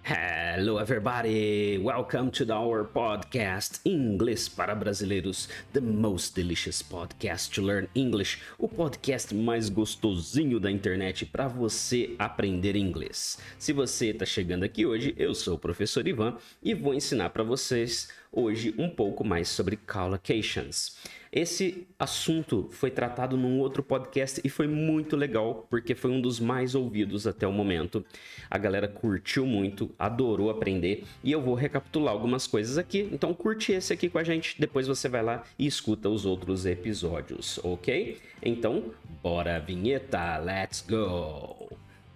Hello everybody, welcome to our podcast Inglês para Brasileiros, the most delicious podcast to learn English, o podcast mais gostosinho da internet para você aprender inglês. Se você está chegando aqui hoje, eu sou o professor Ivan e vou ensinar para vocês hoje um pouco mais sobre collocations. Esse assunto foi tratado num outro podcast e foi muito legal, porque foi um dos mais ouvidos até o momento. A galera curtiu muito, adorou aprender e eu vou recapitular algumas coisas aqui. Então curte esse aqui com a gente, depois você vai lá e escuta os outros episódios, ok? Então, bora a vinheta, let's go!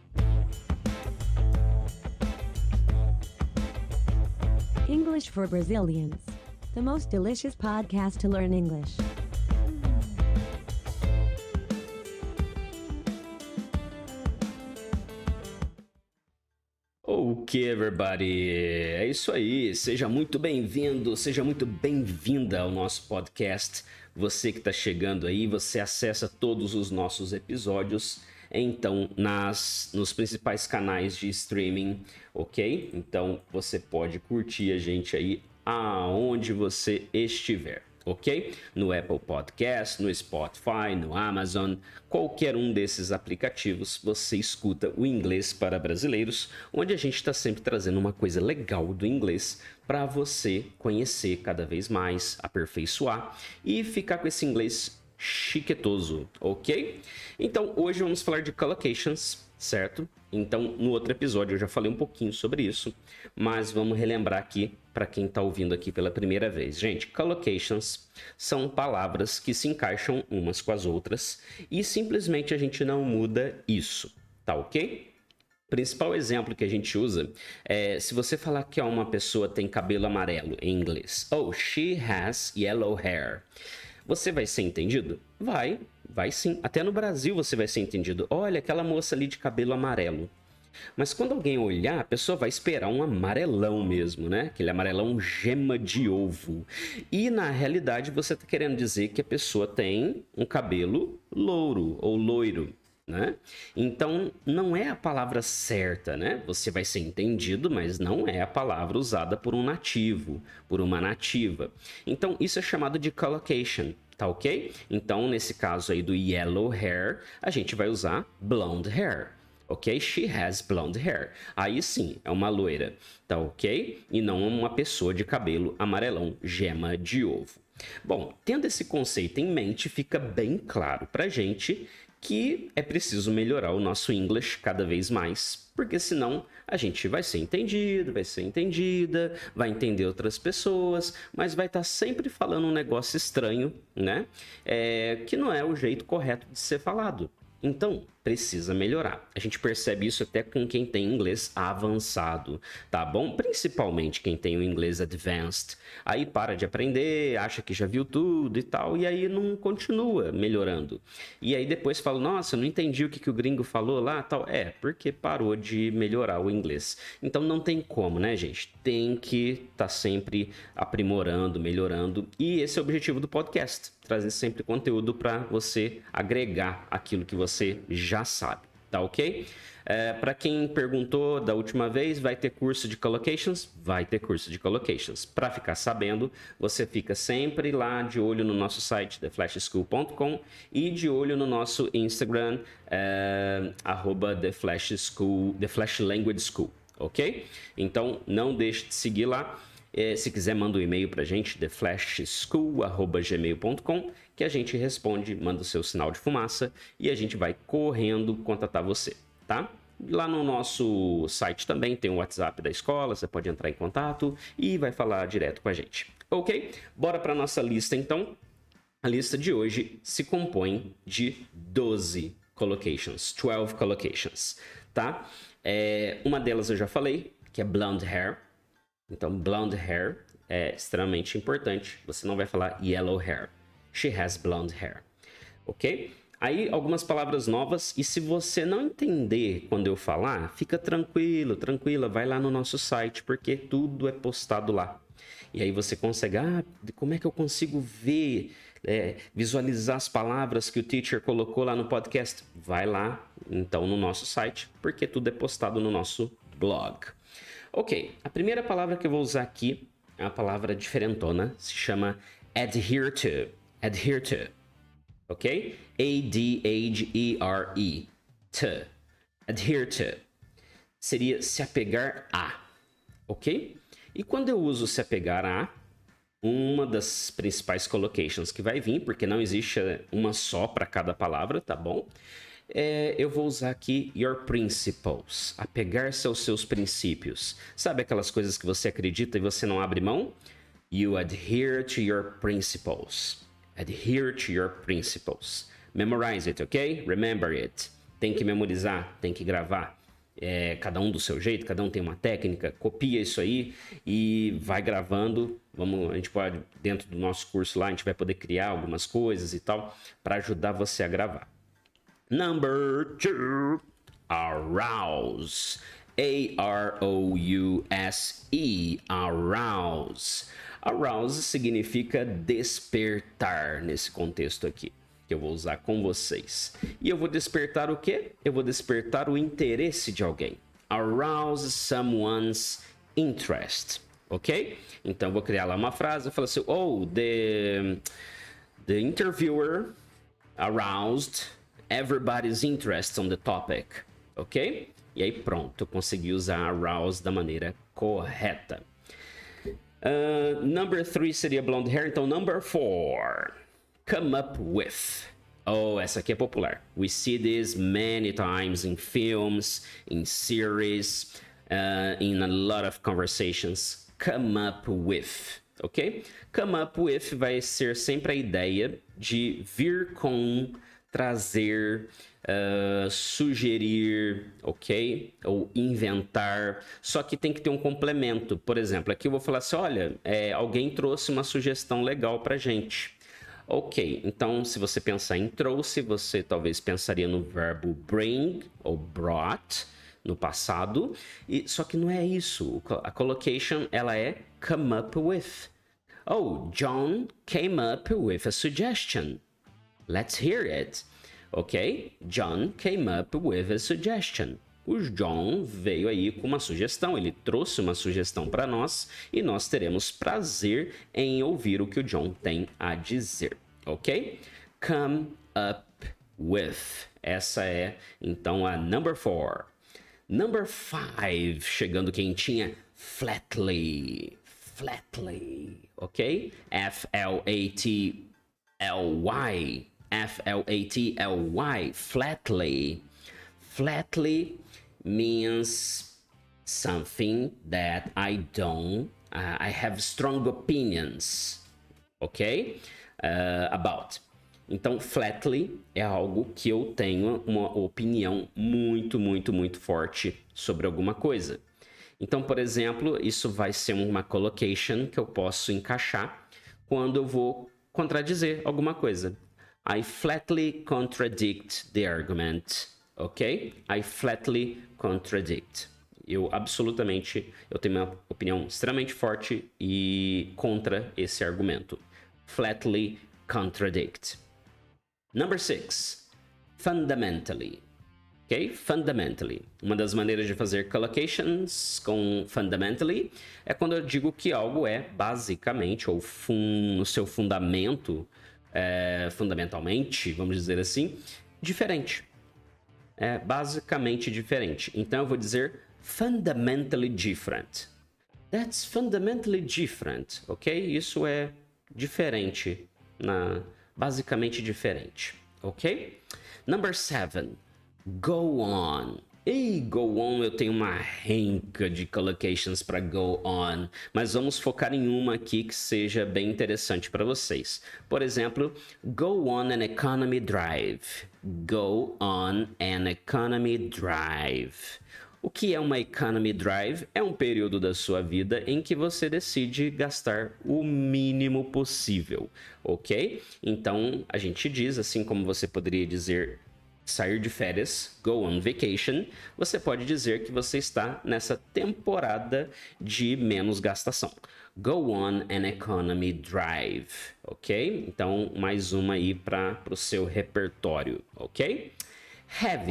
English for Brazilians, the most delicious podcast to learn English. Ok, everybody, é isso aí, seja muito bem-vindo, seja muito bem-vinda ao nosso podcast. Você que está chegando aí, você acessa todos os nossos episódios, então, nos principais canais de streaming, ok? Então, você pode curtir a gente aí aonde você estiver. Ok? No Apple Podcast, no Spotify, no Amazon, qualquer um desses aplicativos, você escuta o Inglês para Brasileiros, onde a gente está sempre trazendo uma coisa legal do inglês para você conhecer cada vez mais, aperfeiçoar e ficar com esse inglês chiquetoso, ok? Então, hoje vamos falar de collocations, certo? Então, no outro episódio eu já falei um pouquinho sobre isso, mas vamos relembrar aqui para quem está ouvindo aqui pela primeira vez. Gente, collocations são palavras que se encaixam umas com as outras e simplesmente a gente não muda isso, tá ok? O principal exemplo que a gente usa é se você falar que uma pessoa tem cabelo amarelo em inglês. Oh, she has yellow hair. Você vai ser entendido? Vai sim. Até no Brasil você vai ser entendido. Olha, aquela moça ali de cabelo amarelo. Mas quando alguém olhar, a pessoa vai esperar um amarelão mesmo, né? Aquele amarelão gema de ovo. E na realidade você está querendo dizer que a pessoa tem um cabelo louro ou loiro, né? Então não é a palavra certa, né? Você vai ser entendido, mas não é a palavra usada por um nativo, por uma nativa. Então isso é chamado de collocation, tá ok? Então nesse caso aí do yellow hair, a gente vai usar blonde hair. Ok? She has blonde hair. Aí sim, é uma loira, tá ok? E não uma pessoa de cabelo amarelão, gema de ovo. Bom, tendo esse conceito em mente, fica bem claro pra gente que é preciso melhorar o nosso English cada vez mais, porque senão a gente vai ser entendido, vai ser entendida, vai entender outras pessoas, mas vai estar sempre falando um negócio estranho, né? Que não é o jeito correto de ser falado. Então, precisa melhorar. A gente percebe isso até com quem tem inglês avançado, tá bom? Principalmente quem tem o inglês advanced. Aí para de aprender, acha que já viu tudo e tal, e aí não continua melhorando. E aí depois fala, nossa, não entendi o que o gringo falou lá, tal. Porque parou de melhorar o inglês. Então não tem como, né, gente? Tem que estar sempre aprimorando, melhorando. E esse é o objetivo do podcast, trazer sempre conteúdo para você agregar aquilo que você já sabe, tá ok? Para quem perguntou da última vez, vai ter curso de collocations? Vai ter curso de collocations. Para ficar sabendo, você fica sempre lá de olho no nosso site, theflashschool.com, e de olho no nosso Instagram, @theflashlanguageschool, ok? Então, não deixe de seguir lá. Se quiser, manda um e-mail pra gente, theflashschool@gmail.com, que a gente responde, manda o seu sinal de fumaça e a gente vai correndo contatar você, tá? Lá no nosso site também tem o WhatsApp da escola, você pode entrar em contato e vai falar direto com a gente, ok? Bora pra nossa lista então. A lista de hoje se compõe de 12 collocations, 12 collocations, tá? Uma delas eu já falei, que é blonde hair. Então, blonde hair é extremamente importante. Você não vai falar yellow hair. She has blonde hair. Ok? Aí, algumas palavras novas. E se você não entender quando eu falar, fica tranquilo, tranquila. Vai lá no nosso site, porque tudo é postado lá. E aí você consegue... como é que eu consigo ver, visualizar as palavras que o teacher colocou lá no podcast? Vai lá, então, no nosso site, porque tudo é postado no nosso blog. Ok, a primeira palavra que eu vou usar aqui é uma palavra diferentona, se chama adhere to. Adhere to. Ok? A-D-H-E-R-E. To. Adhere to. Seria se apegar a. Ok? E quando eu uso se apegar a, uma das principais collocations que vai vir, porque não existe uma só para cada palavra, tá bom? Eu vou usar aqui your principles, apegar-se aos seus princípios. Sabe aquelas coisas que você acredita e você não abre mão? You adhere to your principles. Adhere to your principles. Memorize it, ok? Remember it. Tem que memorizar, tem que gravar. Cada um do seu jeito, cada um tem uma técnica, copia isso aí e vai gravando. A gente pode, dentro do nosso curso lá, a gente vai poder criar algumas coisas e tal, para ajudar você a gravar. Number 2, arouse. A-R-O-U-S-E, arouse. Arouse significa despertar nesse contexto aqui, que eu vou usar com vocês. E eu vou despertar o quê? Eu vou despertar o interesse de alguém. Arouse someone's interest, ok? Então, eu vou criar lá uma frase, eu falo assim, the interviewer aroused everybody's interest on the topic, ok? E aí pronto, eu consegui usar arouse da maneira correta. Number 3 seria blonde hair, então number 4, come up with. Oh, essa aqui é popular. We see this many times in films, in series, in a lot of conversations. Come up with, ok? Come up with vai ser sempre a ideia de vir com, trazer, sugerir, ok? Ou inventar. Só que tem que ter um complemento. Por exemplo, aqui eu vou falar assim, olha, alguém trouxe uma sugestão legal pra gente. Ok, então se você pensar em trouxe, você talvez pensaria no verbo bring ou brought no passado, só que não é isso. A collocation, ela é come up with. Oh, John came up with a suggestion. Let's hear it. Ok? John came up with a suggestion. O John veio aí com uma sugestão, ele trouxe uma sugestão para nós e nós teremos prazer em ouvir o que o John tem a dizer, ok? Come up with. Essa é, então, a number 4. Number 5, chegando quentinha, flatly. Flatly, ok? F-L-A-T-L-Y. F-L-A-T-L-Y. Flatly. Flatly means something that I have strong opinions, ok? About. Então, flatly é algo que eu tenho uma opinião muito, muito, muito forte sobre alguma coisa. Então, por exemplo, isso vai ser uma collocation que eu posso encaixar quando eu vou contradizer alguma coisa. I flatly contradict the argument. Ok? I flatly contradict. Eu tenho uma opinião extremamente forte e contra esse argumento. Flatly contradict. Number 6. Fundamentally. Ok? Fundamentally. Uma das maneiras de fazer collocations com fundamentally é quando eu digo que algo é basicamente, ou no seu fundamento, fundamentalmente, vamos dizer assim, diferente. É basicamente diferente. Então eu vou dizer fundamentally different. That's fundamentally different, ok? Isso é diferente, basicamente diferente, ok? Number 7, go on. E go on, eu tenho uma renca de collocations para go on, mas vamos focar em uma aqui que seja bem interessante para vocês. Por exemplo, go on an economy drive. Go on an economy drive. O que é uma economy drive? É um período da sua vida em que você decide gastar o mínimo possível, ok? Então, a gente diz, assim como você poderia dizer sair de férias, go on vacation, você pode dizer que você está nessa temporada de menos gastação. Go on an economy drive, ok? Então, mais uma aí para o seu repertório, ok? Heavy.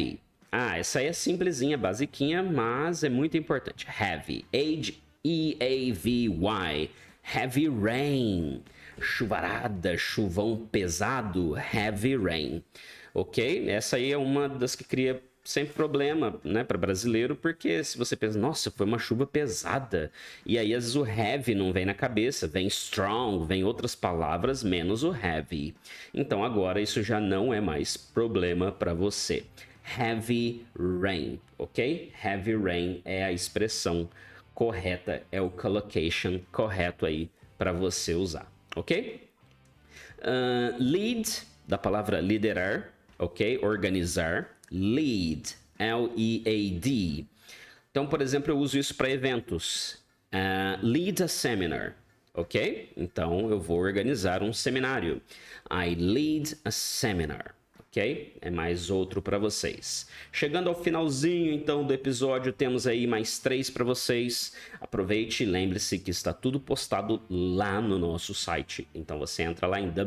Essa aí é simplesinha, basiquinha, mas é muito importante. Heavy, H-E-A-V-Y, heavy rain, chuvarada, chuvão pesado, heavy rain, ok? Essa aí é uma das que cria sempre problema, né, para brasileiro, porque se você pensa, nossa, foi uma chuva pesada, e aí às vezes o heavy não vem na cabeça, vem strong, vem outras palavras menos o heavy. Então agora isso já não é mais problema para você. Heavy rain, ok? Heavy rain é a expressão correta, é o collocation correto aí para você usar, ok? Lead, da palavra liderar, ok? Organizar. Lead, L-E-A-D. Então, por exemplo, eu uso isso para eventos. Lead a seminar, ok? Então, eu vou organizar um seminário. I lead a seminar, ok? É mais outro para vocês. Chegando ao finalzinho, então, do episódio, temos aí mais 3 para vocês. Aproveite e lembre-se que está tudo postado lá no nosso site. Então, você entra lá em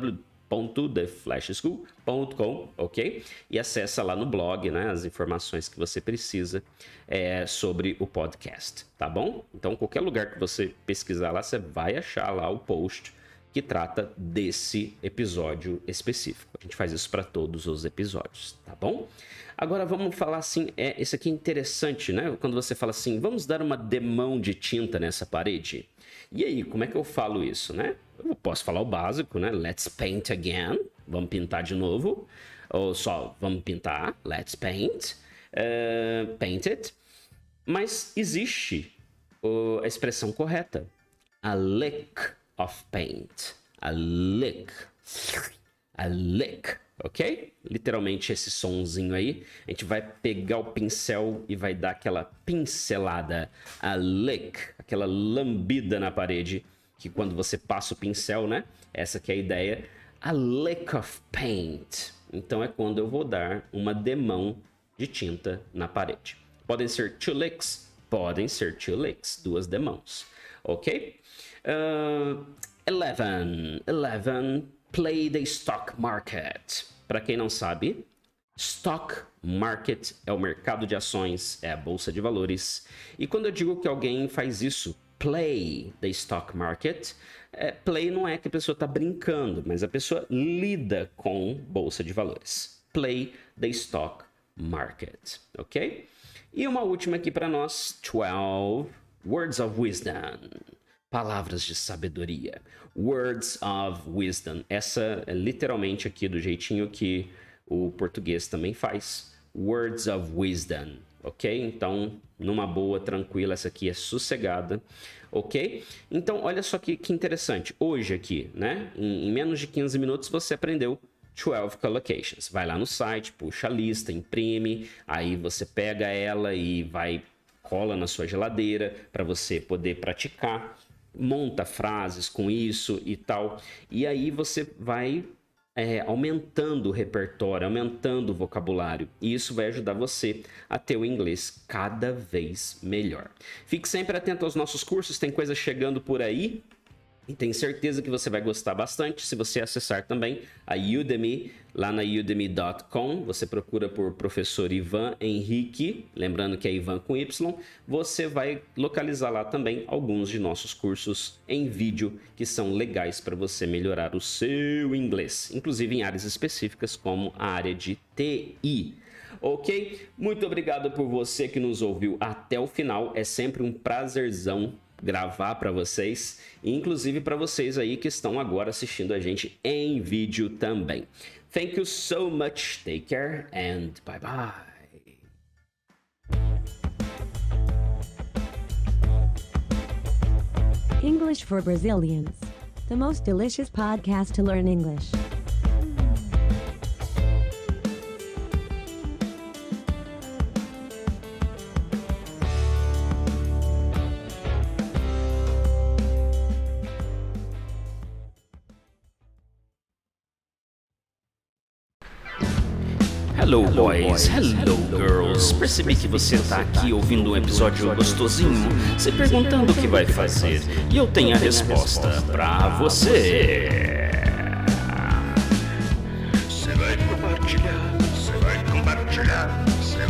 www.theflashschool.com, ok? E acessa lá no blog, né, as informações que você precisa sobre o podcast, tá bom? Então, qualquer lugar que você pesquisar lá, você vai achar lá o post que trata desse episódio específico. A gente faz isso para todos os episódios, tá bom? Agora vamos falar assim, esse aqui é interessante, né? Quando você fala assim, vamos dar uma demão de tinta nessa parede. E aí, como é que eu falo isso, né? Eu posso falar o básico, né? Let's paint again. Vamos pintar de novo. Ou só, vamos pintar. Let's paint. Paint it. Mas existe a expressão correta. A lick of paint. A lick. A lick. Ok? Literalmente esse sonzinho aí. A gente vai pegar o pincel e vai dar aquela pincelada. A lick. Aquela lambida na parede. Que quando você passa o pincel, né? Essa que é a ideia. A lick of paint. Então é quando eu vou dar uma demão de tinta na parede. Podem ser two licks. Podem ser two licks. 2 demãos. Ok? 11. Play the stock market. Para quem não sabe, stock market é o mercado de ações, é a bolsa de valores. E quando eu digo que alguém faz isso, play the stock market, play não é que a pessoa está brincando, mas a pessoa lida com bolsa de valores. Play the stock market, ok? E uma última aqui para nós, 12 words of wisdom. Palavras de sabedoria. Words of wisdom. Essa é literalmente aqui do jeitinho que o português também faz. Words of wisdom. Ok? Então, numa boa, tranquila, essa aqui é sossegada. Ok? Então, olha só que interessante. Hoje aqui, né? Em menos de 15 minutos você aprendeu 12 collocations. Vai lá no site, puxa a lista, imprime. Aí você pega ela e cola na sua geladeira para você poder praticar. Monta frases com isso e tal, e aí você vai aumentando o repertório, aumentando o vocabulário, e isso vai ajudar você a ter o inglês cada vez melhor. Fique sempre atento aos nossos cursos, tem coisa chegando por aí, e tenho certeza que você vai gostar bastante se você acessar também a Udemy, lá na udemy.com, você procura por Professor Ivan Henrique, lembrando que é Ivan com Y, você vai localizar lá também alguns de nossos cursos em vídeo que são legais para você melhorar o seu inglês, inclusive em áreas específicas como a área de TI. Ok? Muito obrigado por você que nos ouviu até o final, é sempre um prazerzão gravar para vocês, inclusive para vocês aí que estão agora assistindo a gente em vídeo também. Thank you so much, take care and bye bye. English for Brazilians. The most delicious podcast to learn English. Hello boys, hello girls. Percebi que você está aqui ouvindo um episódio gostosinho, se perguntando o que vai fazer, e eu tenho a resposta para você. Você vai compartilhar, você vai compartilhar, você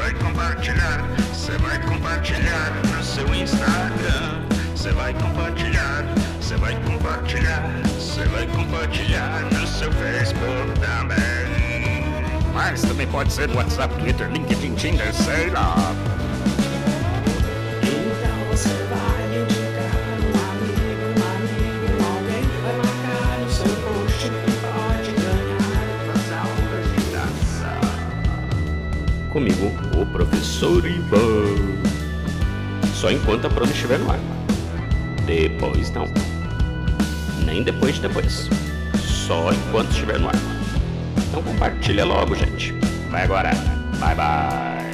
vai compartilhar, você vai compartilhar no seu Instagram, você vai compartilhar, você vai compartilhar, você vai compartilhar no seu Facebook também. Mas também pode ser no WhatsApp, Twitter, LinkedIn, Tinder, sei lá. Então você vai indicar um amigo, alguém que vai marcar no seu post e pode ganhar as aulas de dança. Comigo, o professor Ivan. Só enquanto a prova estiver no ar. Depois não. Nem depois de depois. Só enquanto estiver no ar. Então compartilha logo, gente. Vai agora. Bye, bye.